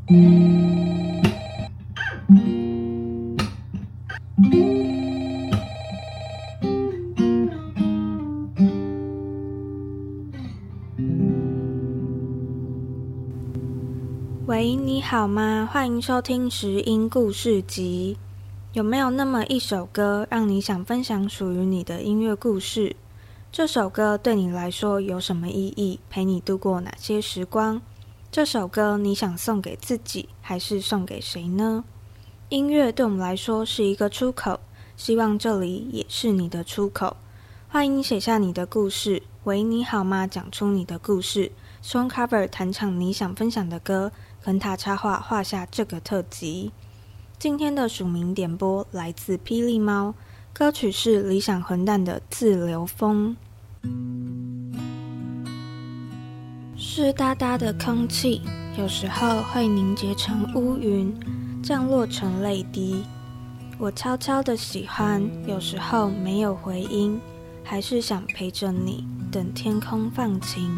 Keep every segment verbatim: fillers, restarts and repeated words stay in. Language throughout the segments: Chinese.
喂，你好吗？欢迎收听拾音故事集。有没有那么一首歌，让你想分享属于你的音乐故事？这首歌对你来说有什么意义？陪你度过哪些时光？这首歌你想送给自己，还是送给谁呢？音乐对我们来说是一个出口，希望这里也是你的出口。欢迎写下你的故事。喂，你好吗？讲出你的故事。Song Cover 弹唱你想分享的歌，跟他插画画下这个特辑。今天的署名点播来自霹雳猫，歌曲是理想混蛋的自流风。湿哒哒的空气有时候会凝结成乌云，降落成泪滴。我悄悄的喜欢，有时候没有回音，还是想陪着你，等天空放晴。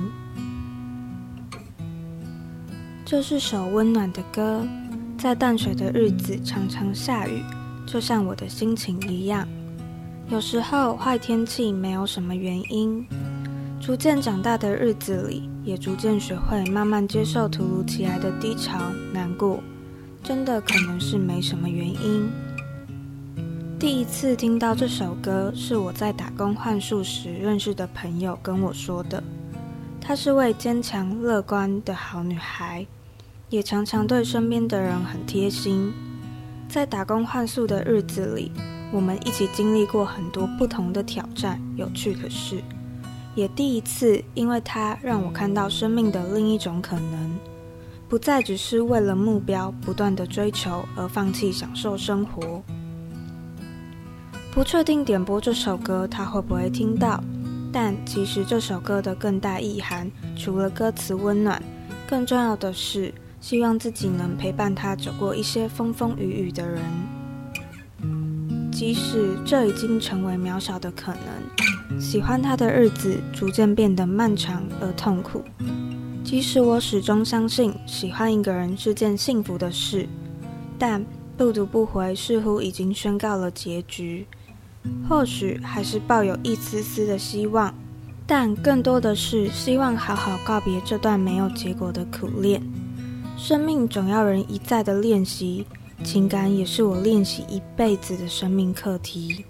这是首温暖的歌，在淡水的日子常常下雨，就像我的心情一样。有时候坏天气没有什么原因，逐渐长大的日子里，也逐渐学会慢慢接受突如其来的低潮、难过，真的可能是没什么原因。第一次听到这首歌，是我在打工换宿时认识的朋友跟我说的。她是位坚强乐观的好女孩，也常常对身边的人很贴心。在打工换宿的日子里，我们一起经历过很多不同的挑战、有趣的事，也第一次因为它让我看到生命的另一种可能，不再只是为了目标不断的追求而放弃享受生活。不确定点播这首歌他会不会听到，但其实这首歌的更大意涵，除了歌词温暖，更重要的是希望自己能陪伴他走过一些风风雨雨的人，即使这已经成为渺小的可能。喜欢他的日子逐渐变得漫长而痛苦，即使我始终相信喜欢一个人是件幸福的事，但不读不回似乎已经宣告了结局。或许还是抱有一丝丝的希望，但更多的是希望好好告别这段没有结果的苦恋。生命总要人一再的练习，情感也是我练习一辈子的生命课题。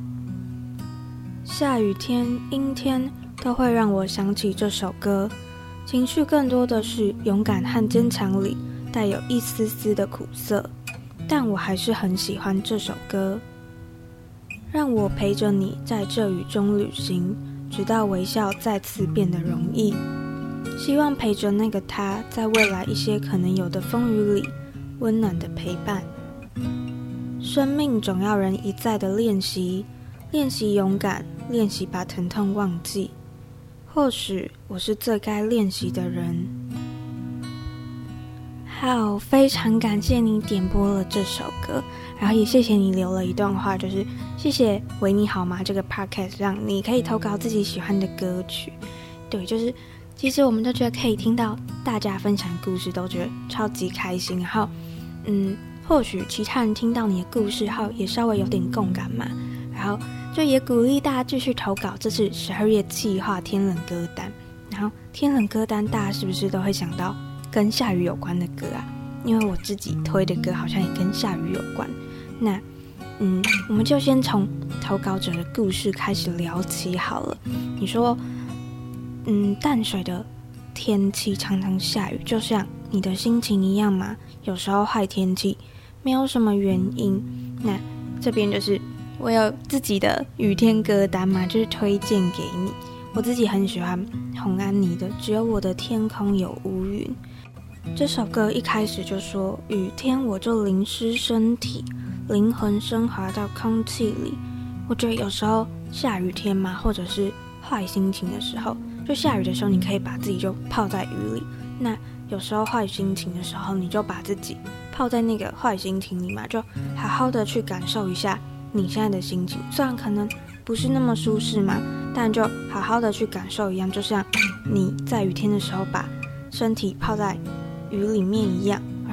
下雨天、阴天都会让我想起这首歌，情绪更多的是勇敢和坚强里带有一丝丝的苦涩，但我还是很喜欢这首歌。让我陪着你在这雨中旅行，直到微笑再次变得容易。希望陪着那个他，在未来一些可能有的风雨里，温暖的陪伴。生命总要人一再的练习，练习勇敢，练习把疼痛忘记。或许我是最该练习的人。好，非常感谢你点播了这首歌，然后也谢谢你留了一段话，就是谢谢维你好吗这个 podcast 让你可以投稿自己喜欢的歌曲。对，就是其实我们都觉得可以听到大家分享故事，都觉得超级开心。然后嗯，或许其他人听到你的故事后也稍微有点共感嘛，然后就也鼓励大家继续投稿。这是十二月企划天冷歌单，然后天冷歌单大家是不是都会想到跟下雨有关的歌啊？因为我自己推的歌好像也跟下雨有关。那嗯，我们就先从投稿者的故事开始聊起好了。你说嗯，淡水的天气常常下雨，就像你的心情一样嘛，有时候坏天气没有什么原因。那这边就是我有自己的雨天歌单嘛，就是推荐给你。我自己很喜欢洪安妮的《只有我的天空有乌云》。这首歌一开始就说，雨天我就淋湿身体，灵魂升华到空气里。我觉得有时候下雨天嘛，或者是坏心情的时候，就下雨的时候你可以把自己就泡在雨里，那有时候坏心情的时候你就把自己泡在那个坏心情里嘛，就好好的去感受一下你现在的心情，虽然可能不是那么舒适嘛，但就好好的去感受一样，就像你在雨天的时候把身体泡在雨里面一样，然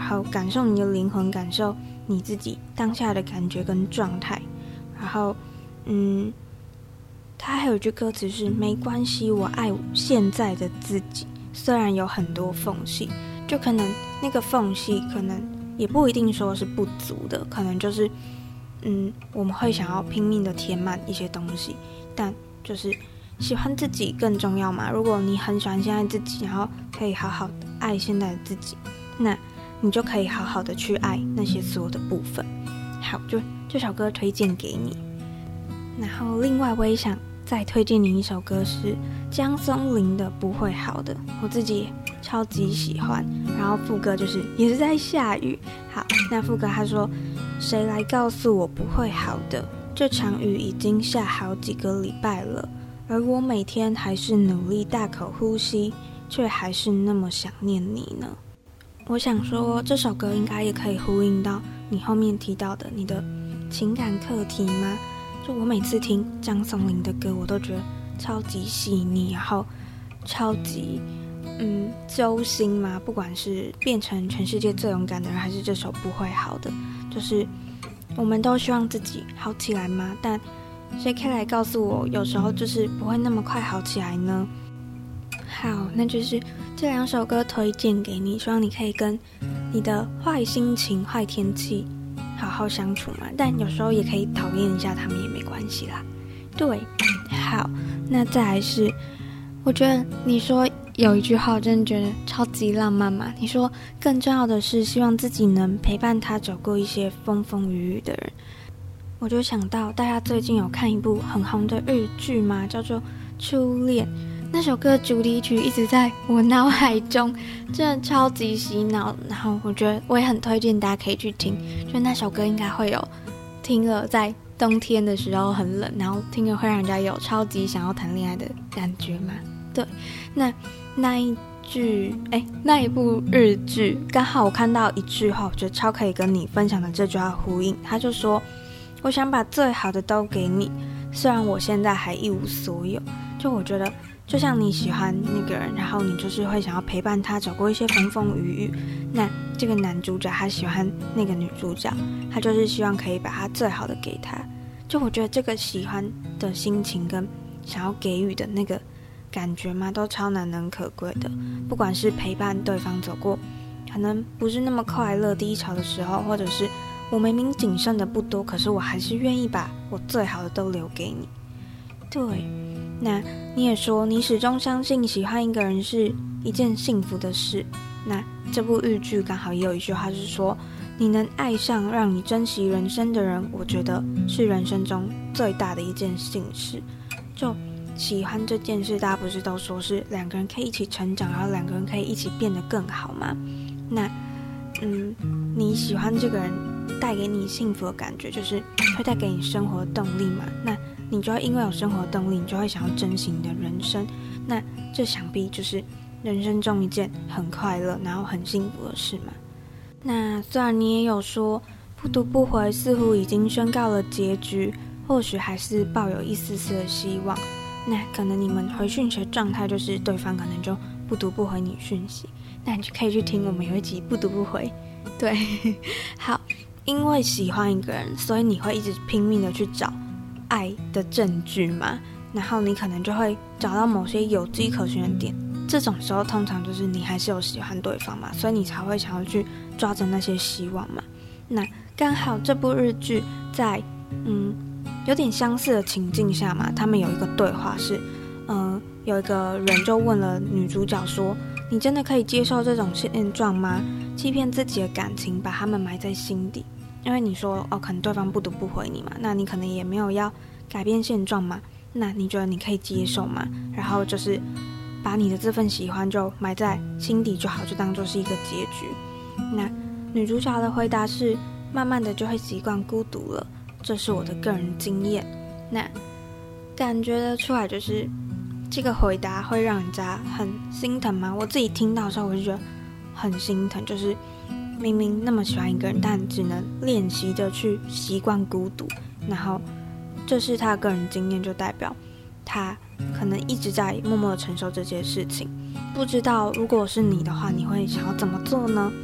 后感受你的灵魂，感受你自己当下的感觉跟状态。然后嗯他还有一句歌词是没关系，我爱现在的自己，虽然有很多缝隙，就可能那个缝隙可能也不一定说是不足的，可能就是嗯我们会想要拼命的填满一些东西，但就是喜欢自己更重要嘛。如果你很喜欢现在自己，然后可以好好的爱现在的自己，那你就可以好好的去爱那些所有的部分。好，就这首歌推荐给你。然后另外我也想再推荐你一首歌，是江松林的《不会好的》，我自己超级喜欢。然后副歌就是也是在下雨。好，那副歌他说，谁来告诉我不会好的，这场雨已经下好几个礼拜了，而我每天还是努力大口呼吸，却还是那么想念你呢。我想说这首歌应该也可以呼应到你后面提到的你的情感课题吗？就我每次听江松林的歌，我都觉得超级细腻，然后超级嗯揪心嘛。不管是变成全世界最勇敢的人，还是这首不会好的，就是我们都希望自己好起来嘛，但谁可以来告诉我，有时候就是不会那么快好起来呢？好，那就是这两首歌推荐给你，希望你可以跟你的坏心情、坏天气好好相处嘛，但有时候也可以讨厌一下他们也没关系啦。对，好，那再来是，我觉得你说有一句话我真的觉得超级浪漫嘛，你说更重要的是希望自己能陪伴他走过一些风风雨雨的人。我就想到大家最近有看一部很红的日剧嘛，叫做《初恋》，那首歌主题曲一直在我脑海中，真的超级洗脑。然后我觉得我也很推荐大家可以去听，就那首歌应该会有听了在冬天的时候很冷，然后听了会让人家有超级想要谈恋爱的感觉嘛。对，那那一剧哎，那一部日剧刚好我看到一句话，我觉得超可以跟你分享的这句话呼应。他就说，我想把最好的都给你，虽然我现在还一无所有。就我觉得就像你喜欢那个人，然后你就是会想要陪伴他走过一些风风雨雨，那这个男主角他喜欢那个女主角，他就是希望可以把他最好的给他。就我觉得这个喜欢的心情跟想要给予的那个感觉嘛，都超难能可贵的。不管是陪伴对方走过可能不是那么快乐低潮的时候，或者是我明明仅剩的不多，可是我还是愿意把我最好的都留给你。对，那你也说你始终相信喜欢一个人是一件幸福的事。那这部日剧刚好也有一句话是说，你能爱上让你珍惜人生的人，我觉得是人生中最大的一件幸事。就喜欢这件事，大家不是都说是两个人可以一起成长，然后两个人可以一起变得更好吗？那嗯，你喜欢这个人带给你幸福的感觉，就是会带给你生活的动力嘛。那你就会因为有生活的动力，你就会想要珍惜你的人生。那这想必就是人生中一件很快乐然后很幸福的事嘛。那虽然你也有说不读不回似乎已经宣告了结局，或许还是抱有一丝丝的希望。那可能你们回讯息的状态就是对方可能就不读不回你讯息，那你就可以去听我们有一集不读不回。对，好，因为喜欢一个人，所以你会一直拼命的去找爱的证据嘛，然后你可能就会找到某些有迹可循的点，这种时候通常就是你还是有喜欢对方嘛，所以你才会想要去抓着那些希望嘛。那刚好这部日剧在嗯有点相似的情境下嘛，他们有一个对话是嗯有一个人就问了女主角说，你真的可以接受这种现状吗？欺骗自己的感情，把他们埋在心底。因为你说哦，可能对方不读不回你嘛，那你可能也没有要改变现状嘛，那你觉得你可以接受吗？然后就是把你的这份喜欢就埋在心底就好，就当作是一个结局。那女主角的回答是，慢慢的就会习惯孤独了，这是我的个人经验。那感觉得出来就是这个回答会让人家很心疼吗？我自己听到的时候我就觉得很心疼，就是明明那么喜欢一个人，但只能练习着去习惯孤独，然后这是他的个人经验，就代表他可能一直在默默的承受这些事情。不知道如果是你的话，你会想要怎么做呢？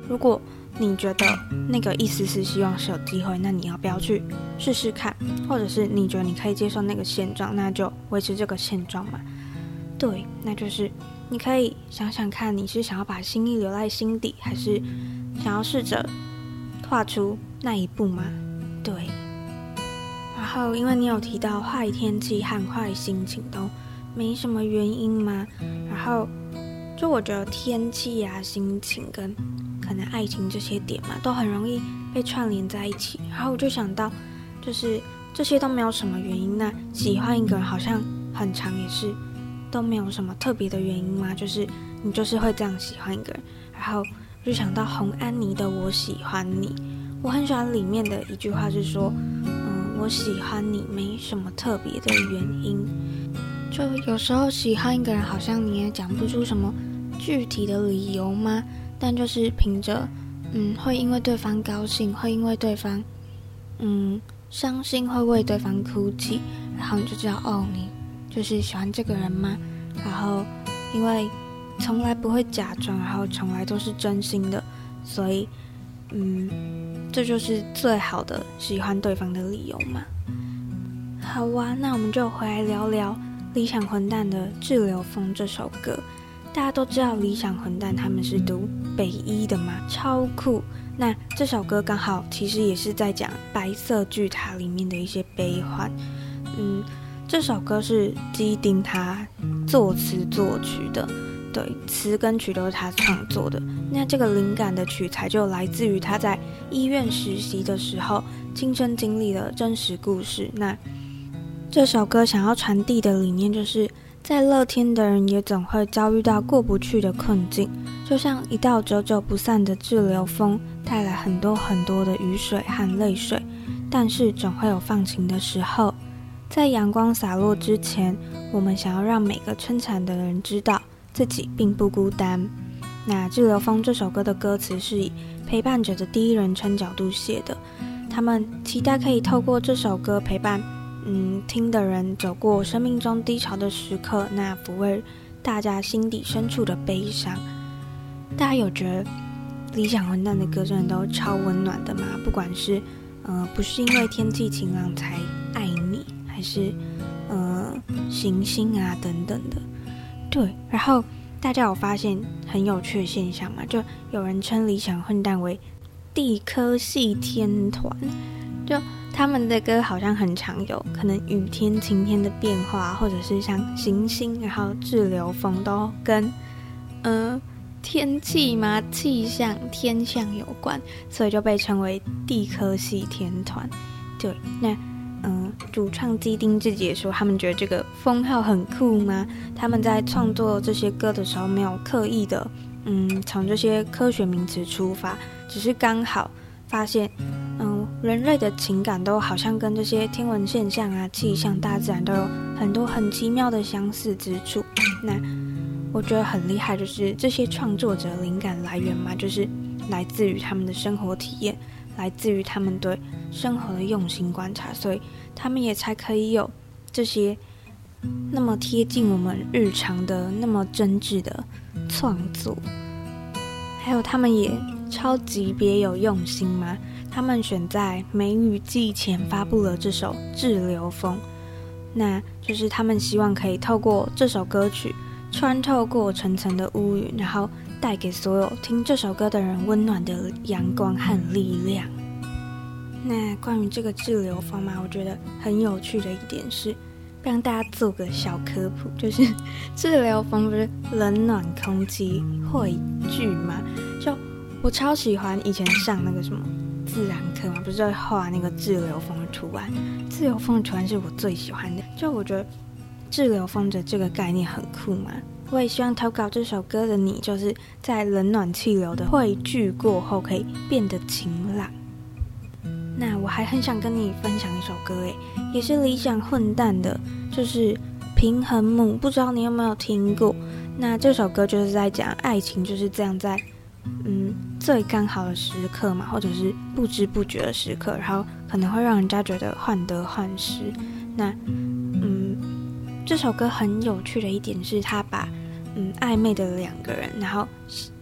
如果你觉得那个一丝丝希望是有机会，那你要不要去试试看？或者是你觉得你可以接受那个现状，那就维持这个现状嘛。对，那就是你可以想想看，你是想要把心意留在心底，还是想要试着跨出那一步嘛？对。然后因为你有提到坏天气和坏心情都没什么原因嘛，然后就我觉得天气啊、心情跟可能爱情这些点嘛，都很容易被串联在一起。然后我就想到，就是这些都没有什么原因，那喜欢一个人好像很常也是都没有什么特别的原因嘛，就是你就是会这样喜欢一个人。然后我就想到洪安妮的《我喜欢你》，我很喜欢里面的一句话是说，嗯，我喜欢你没什么特别的原因。就有时候喜欢一个人，好像你也讲不出什么具体的理由吗？但就是凭着，嗯，会因为对方高兴，会因为对方，嗯，伤心，会为对方哭泣，然后你就知道，哦，你就是喜欢这个人吗？然后因为从来不会假装，然后从来都是真心的，所以，嗯，这就是最好的喜欢对方的理由嘛。好啊，那我们就回来聊聊理想混蛋的《滞留风》这首歌。大家都知道理想混蛋他们是读北一的嘛，超酷。那这首歌刚好其实也是在讲白色巨塔里面的一些悲欢。嗯，这首歌是基丁他作词作曲的，对，词跟曲都是他创作的。那这个灵感的取材就来自于他在医院实习的时候亲身经历的真实故事。那这首歌想要传递的理念就是，再乐天的人也总会遭遇到过不去的困境，就像一道久久不散的滞留风，带来很多很多的雨水和泪水，但是总会有放晴的时候。在阳光洒落之前，我们想要让每个撑伞的人知道自己并不孤单。那《滞留风》这首歌的歌词是以陪伴者的第一人称角度写的，他们期待可以透过这首歌陪伴嗯，听的人走过生命中低潮的时刻，那抚慰大家心底深处的悲伤。大家有觉得理想混蛋的歌真的都超温暖的吗？不管是呃不是因为天气晴朗才爱你，还是呃行星啊等等的。对，然后大家有发现很有趣的现象吗？就有人称理想混蛋为地科系天团，就他们的歌好像很常有可能雨天晴天的变化，或者是像行星然后滞留风都跟呃天气嘛气象天象有关，所以就被称为地科系天团。对，那嗯、呃，主唱基丁自己也说他们觉得这个封号很酷吗？他们在创作这些歌的时候没有刻意的嗯从这些科学名词出发，只是刚好发现嗯，人类的情感都好像跟这些天文现象啊、气象、大自然都有很多很奇妙的相似之处。那我觉得很厉害，就是这些创作者灵感来源嘛，就是来自于他们的生活体验，来自于他们对生活的用心观察，所以他们也才可以有这些那么贴近我们日常的、那么真挚的创作。还有他们也超级别有用心嘛。他们选在梅雨季前发布了这首《滞留风》，那就是他们希望可以透过这首歌曲穿透过层层的乌云，然后带给所有听这首歌的人温暖的阳光和力量。那关于这个滞留风嘛，我觉得很有趣的一点是让大家做个小科普，就是滞留风不是冷暖空气汇聚嘛，就我超喜欢以前上那个什么自然课嘛，不是会画那个滞留风的图案，滞留风的图案是我最喜欢的，就我觉得滞留风的这个概念很酷嘛。我也希望投稿这首歌的你，就是在冷暖气流的汇聚过后可以变得晴朗。那我还很想跟你分享一首歌诶，也是理想混蛋的，就是平衡木，不知道你有没有听过。那这首歌就是在讲爱情就是这样在嗯最刚好的时刻嘛，或者是不知不觉的时刻，然后可能会让人家觉得患得患失。那嗯这首歌很有趣的一点是他把嗯暧昧的两个人，然后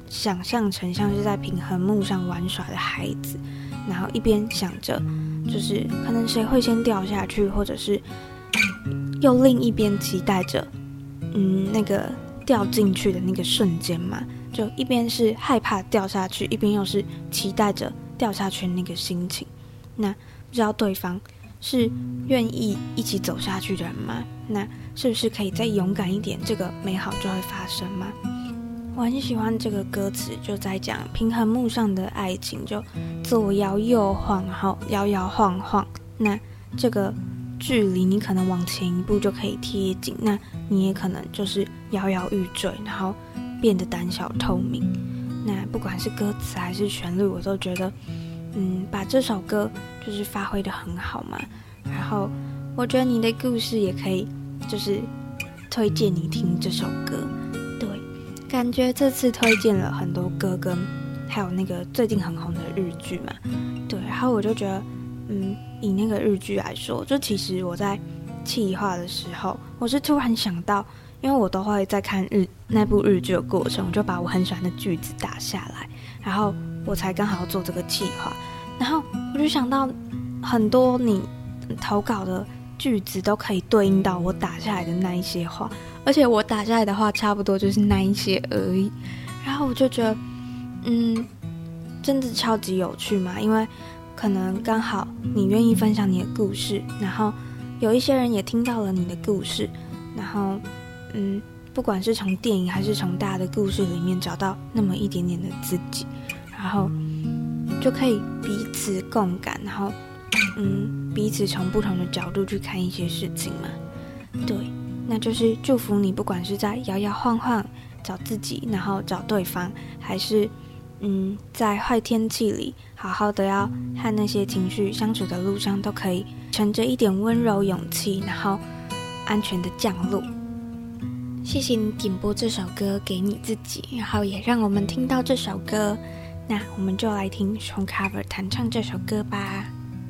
想象成像是在平衡木上玩耍的孩子，然后一边想着就是可能谁会先掉下去，或者是又另一边期待着嗯那个掉进去的那个瞬间嘛，就一边是害怕掉下去，一边又是期待着掉下去的那个心情。那不知道对方是愿意一起走下去的人吗？那是不是可以再勇敢一点，这个美好就会发生吗？我很喜欢这个歌词，就在讲平衡木上的爱情，就左摇右晃，然后摇摇晃晃。那这个距离你可能往前一步就可以贴紧，那你也可能就是摇摇欲坠，然后变得胆小透明。那不管是歌词还是旋律，我都觉得嗯，把这首歌就是发挥得很好嘛。然后我觉得你的故事也可以就是推荐你听这首歌。对，感觉这次推荐了很多歌跟还有那个最近很红的日剧嘛。对，然后我就觉得嗯，以那个日剧来说，就其实我在企划的时候，我是突然想到，因为我都会在看日那部日剧的过程，我就把我很喜欢的句子打下来，然后我才刚好做这个企划。然后我就想到很多你投稿的句子都可以对应到我打下来的那一些话，而且我打下来的话差不多就是那一些而已。然后我就觉得嗯，真的超级有趣嘛，因为可能刚好你愿意分享你的故事，然后有一些人也听到了你的故事，然后嗯，不管是从电影还是从大的故事里面找到那么一点点的自己，然后就可以彼此共感，然后嗯，彼此从不同的角度去看一些事情嘛。对，那就是祝福你，不管是在摇摇晃晃找自己，然后找对方，还是嗯，在坏天气里好好的要和那些情绪相处的路上，都可以乘着一点温柔勇气，然后安全的降落。谢谢你点播这首歌给你自己，然后也让我们听到这首歌。那我们就来听Sean Carver弹唱这首歌吧。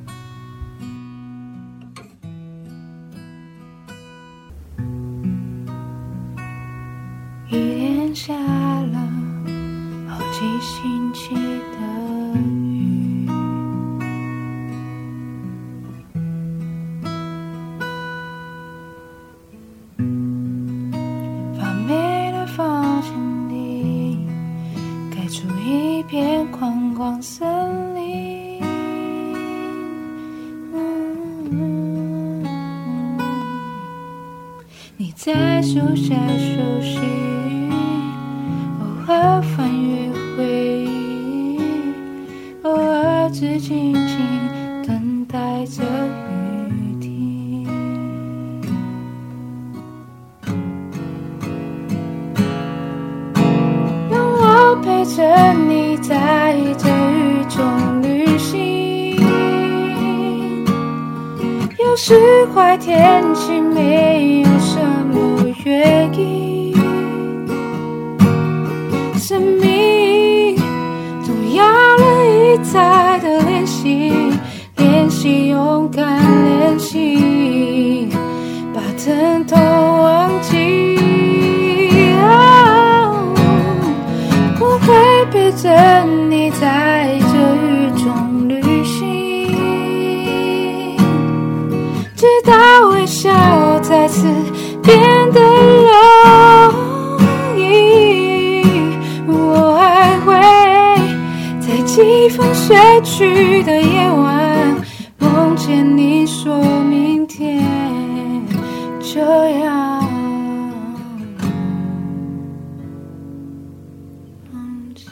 一连下了好几星期的雨，发霉的房间里盖出一片宽广森林，嗯，你在树下休息，偶尔翻阅回忆，偶尔只静静等待着雨停。让我陪着你在这雨中旅行，有时坏天气没有什么原因，生命都要了一再的练习，练习勇敢，练习把疼痛忘记。哦，我会陪着你在这雨中旅行，直到微笑再次变得容易。我还会在季风吹去的夜晚，梦见你说明天就要忘记。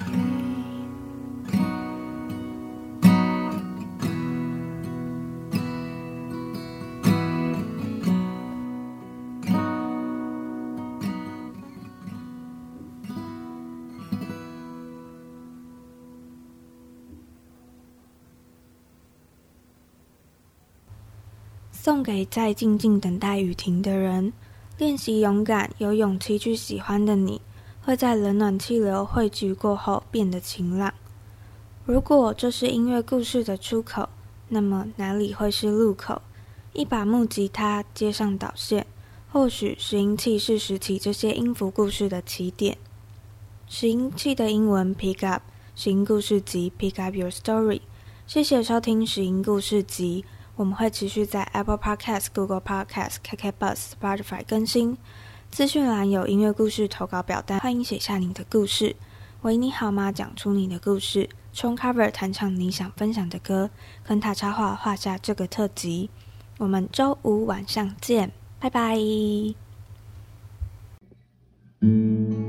送给在静静等待雨停的人，练习勇敢，有勇气去喜欢的你，会在冷暖气流汇聚过后变得晴朗。如果这是音乐故事的出口，那么哪里会是入口？一把木吉他接上导线，或许拾音器是拾起这些音符故事的起点。 拾音器的英文 Pick Up， 拾音故事集 Pick Up Your Story。 谢谢收听拾音故事集，我们会持续在 Apple Podcast、Google Podcast、K K Bus、Spotify 更新。资讯栏有音乐故事投稿表单，欢迎写下你的故事。喂，你好吗？讲出你的故事，冲 cover 弹唱你想分享的歌，跟塔插画画下这个特辑。我们周五晚上见，拜拜。